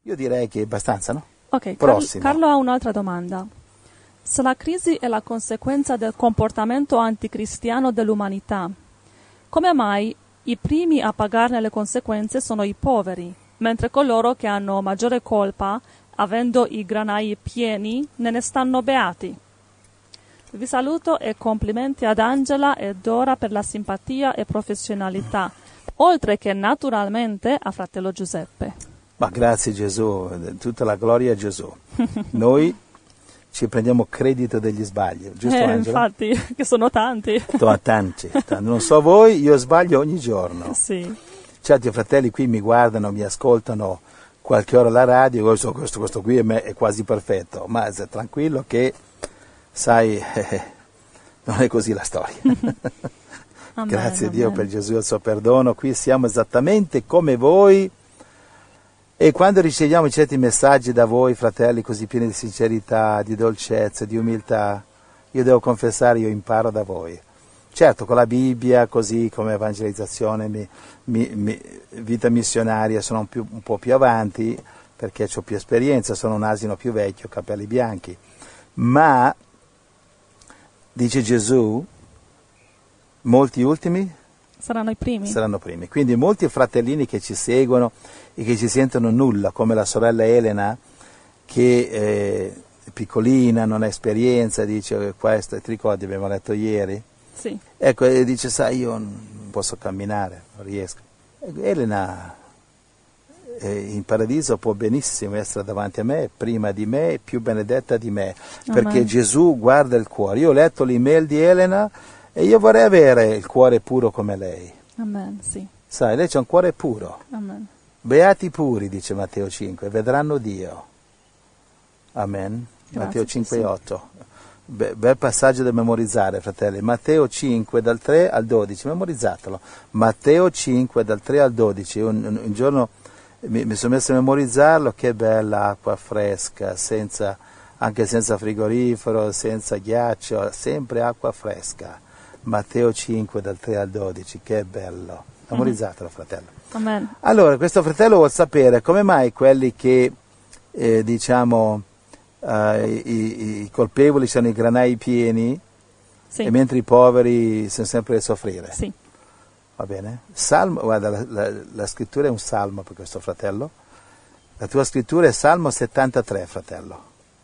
Io direi che è abbastanza, no? Ok, Prossimo. Carlo ha un'altra domanda. Se la crisi è la conseguenza del comportamento anticristiano dell'umanità, come mai i primi a pagarne le conseguenze sono i poveri, mentre coloro che hanno maggiore colpa, avendo i granai pieni, ne stanno beati? Vi saluto e complimenti ad Angela e Dora per la simpatia e professionalità, oltre che naturalmente a fratello Giuseppe. Ma grazie Gesù, tutta la gloria a Gesù. Noi ci prendiamo credito degli sbagli, giusto Angela? Infatti, che sono tanti. Tanti. Non so voi, io sbaglio ogni giorno. Sì. Certi fratelli qui mi guardano, mi ascoltano qualche ora alla radio, questo qui è quasi perfetto, ma tranquillo che, sai, non è così la storia. Amen, Grazie a Dio amen. per Gesù e il suo perdono, qui siamo esattamente come voi. E quando riceviamo certi messaggi da voi, fratelli, così pieni di sincerità, di dolcezza, di umiltà, io devo confessare, io imparo da voi. Certo, con la Bibbia, così come evangelizzazione, vita missionaria, sono un po' più avanti, perché ho più esperienza, sono un asino più vecchio, capelli bianchi. Ma, dice Gesù, molti ultimi Saranno i primi. saranno primi. Quindi molti fratellini che ci seguono e che ci sentono nulla, come la sorella Elena, che è piccolina, non ha esperienza, dice questo, ti ricordi, abbiamo letto ieri? Sì. Ecco, e dice, sai, io non posso camminare, non riesco. Elena in paradiso può benissimo essere davanti a me, prima di me, più benedetta di me, perché Amen. Gesù guarda il cuore. Io ho letto l'email di Elena e io vorrei avere il cuore puro come lei. Amen, sì. Sai, lei c'ha un cuore puro. Amen. Beati puri, dice Matteo 5, vedranno Dio. Amen. Grazie, Matteo 5 e Gesù. 8. Bel passaggio da memorizzare, fratelli. Matteo 5 dal 3 al 12, memorizzatelo. Matteo 5 dal 3 al 12. Un giorno mi sono messo a memorizzarlo, che bella acqua fresca, anche senza frigorifero, senza ghiaccio, sempre acqua fresca. Matteo 5 dal 3 al 12, che bello. Memorizzatelo, fratello. Amen. Allora, questo fratello vuol sapere come mai quelli che, i colpevoli sono i granai pieni, Sì. e mentre i poveri sono sempre a soffrire. Sì. Va bene? Salmo, guarda, la scrittura è un salmo per questo fratello. La tua scrittura è Salmo 73, fratello.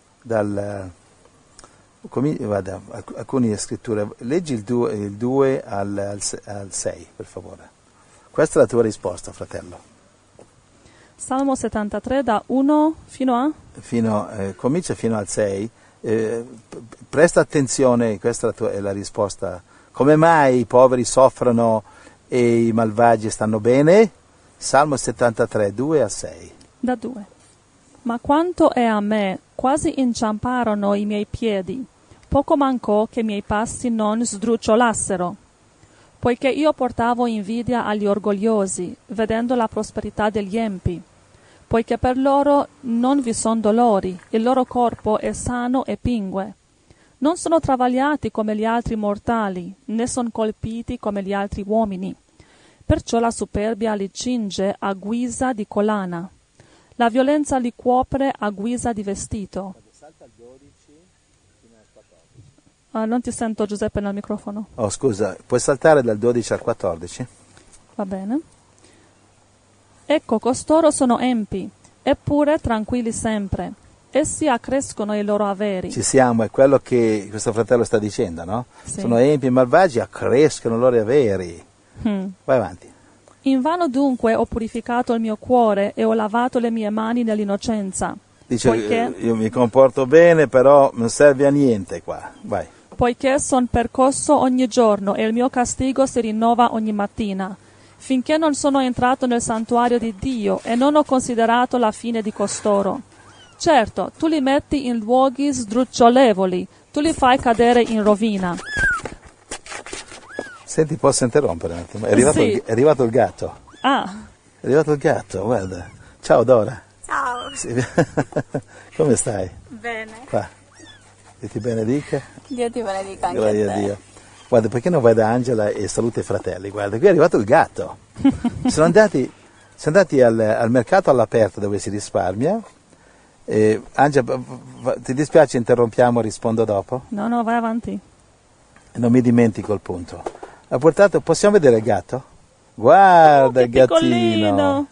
Guarda, alcune scritture. Leggi il 2 al 6, per favore. Questa è la tua risposta, fratello. Salmo 73 da 1 fino a? Comincia fino al 6. Presta attenzione, questa è la risposta. Come mai i poveri soffrono e i malvagi stanno bene? Salmo 73, 2 a 6. Da 2. Ma quanto è a me, quasi inciamparono i miei piedi, poco mancò che i miei passi non sdrucciolassero. Poiché io portavo invidia agli orgogliosi, vedendo la prosperità degli empi. Poiché per loro non vi son dolori, il loro corpo è sano e pingue. Non sono travagliati come gli altri mortali, né son colpiti come gli altri uomini. Perciò la superbia li cinge a guisa di collana, la violenza li copre a guisa di vestito. Non ti sento, Giuseppe, nel microfono. Oh, scusa, puoi saltare dal 12 al 14? Va bene. Ecco, costoro sono empi, eppure tranquilli sempre. Essi accrescono i loro averi. Ci siamo, è quello che questo fratello sta dicendo, no? Sì. Sono empi e malvagi, accrescono i loro averi. Vai avanti. Invano dunque ho purificato il mio cuore e ho lavato le mie mani nell'innocenza. Dice, Poiché- io mi comporto bene, però non serve a niente qua. Vai. Poiché son percosso ogni giorno e il mio castigo si rinnova ogni mattina, finché non sono entrato nel santuario di Dio e non ho considerato la fine di costoro. Certo, tu li metti in luoghi sdrucciolevoli, tu li fai cadere in rovina. Senti, posso interrompere un attimo? È Sì. arrivato il gatto. Ah, È arrivato il gatto, guarda. Ciao Dora. Ciao. Sì. Come stai? Bene. Qua. Dio ti benedica. Dio ti benedica anche Gloria a a te. Dio. Guarda, perché non vai da Angela e saluta i fratelli? Guarda, qui è arrivato il gatto. Sono andati Siamo andati al mercato all'aperto dove si risparmia. Angela, ti dispiace interrompiamo, rispondo dopo? No, no, vai avanti. Non mi dimentico il punto. Ha portato, possiamo vedere il gatto? Guarda il gattino!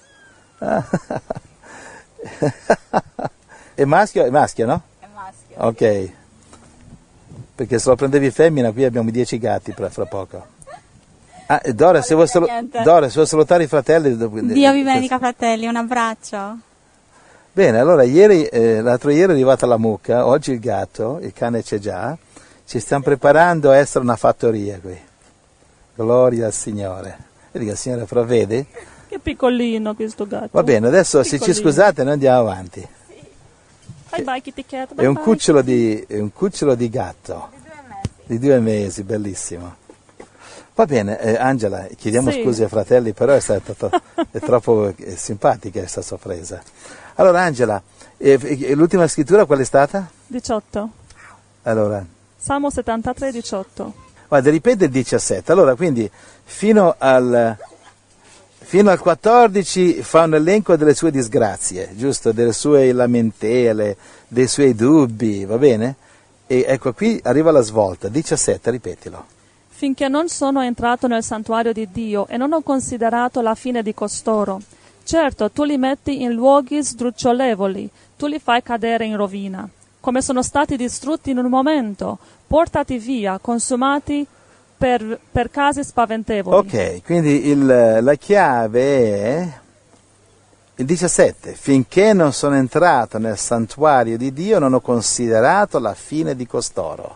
È maschio? È maschio, no? È maschio. Ok. Perché se lo prendevi femmina, qui abbiamo 10 gatti fra poco. Dora, se vuoi salutare i fratelli. Dio vi benedica, fratelli, un abbraccio. Bene, allora l'altro ieri è arrivata la mucca, oggi il gatto, il cane c'è già, ci stiamo preparando a essere una fattoria qui. Gloria al Signore. Vedi che il Signore provvede? Che piccolino questo gatto. Va bene, adesso se ci scusate noi andiamo avanti. Bye bye Kitty Cat, È un cucciolo di gatto. Di 2 mesi, bellissimo. Va bene, Angela, chiediamo scusi ai fratelli, però è troppo simpatica questa sorpresa. Allora Angela, l'ultima scrittura qual è stata? 18. Allora. Salmo 73, 18. Guarda, ripete il 17. Allora, quindi fino al 14 fa un elenco delle sue disgrazie, giusto? Delle sue lamentele, dei suoi dubbi, va bene? E ecco qui arriva la svolta. 17, ripetilo. Finché non sono entrato nel santuario di Dio e non ho considerato la fine di costoro. Certo, tu li metti in luoghi sdrucciolevoli, tu li fai cadere in rovina. Come sono stati distrutti in un momento, portati via, consumati per casi spaventevoli. Ok, quindi la chiave è il 17. Finché non sono entrato nel santuario di Dio non ho considerato la fine di costoro.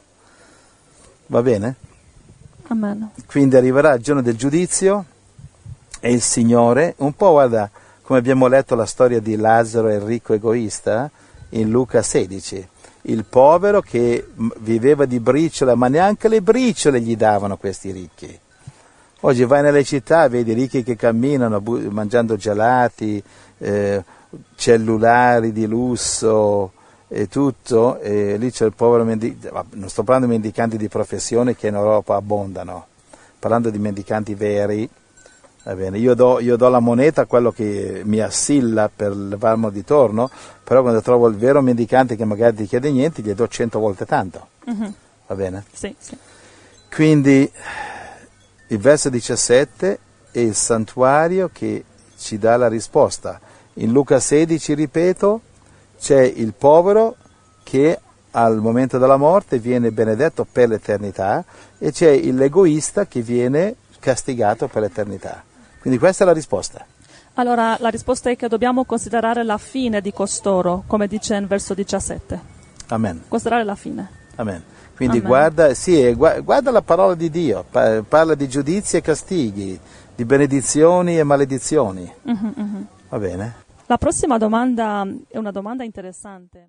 Va bene? Amen. Quindi arriverà il giorno del giudizio e il Signore, un po' guarda come abbiamo letto la storia di Lazzaro e il ricco egoista in Luca 16, il povero che viveva di briciole, ma neanche le briciole gli davano questi ricchi. Oggi vai nelle città, vedi ricchi che camminano mangiando gelati, cellulari di lusso e tutto, e lì c'è il povero mendicante. Non sto parlando di mendicanti di professione che in Europa abbondano, parlando di mendicanti veri. Va bene, io do la moneta a quello che mi assilla per levarmi di torno, però quando trovo il vero mendicante che magari ti chiede niente, gli do 100 volte tanto. Mm-hmm. Va bene? Sì, sì. Quindi il verso 17 è il santuario che ci dà la risposta. In Luca 16, ripeto, c'è il povero che al momento della morte viene benedetto per l'eternità e c'è l'egoista che viene castigato per l'eternità. Quindi questa è la risposta. Allora, la risposta è che dobbiamo considerare la fine di costoro, come dice in verso 17. Amen. Considerare la fine. Amen. Quindi Amen. Guarda la parola di Dio, parla di giudizi e castighi, di benedizioni e maledizioni. Mm-hmm, mm-hmm. Va bene? La prossima domanda è una domanda interessante.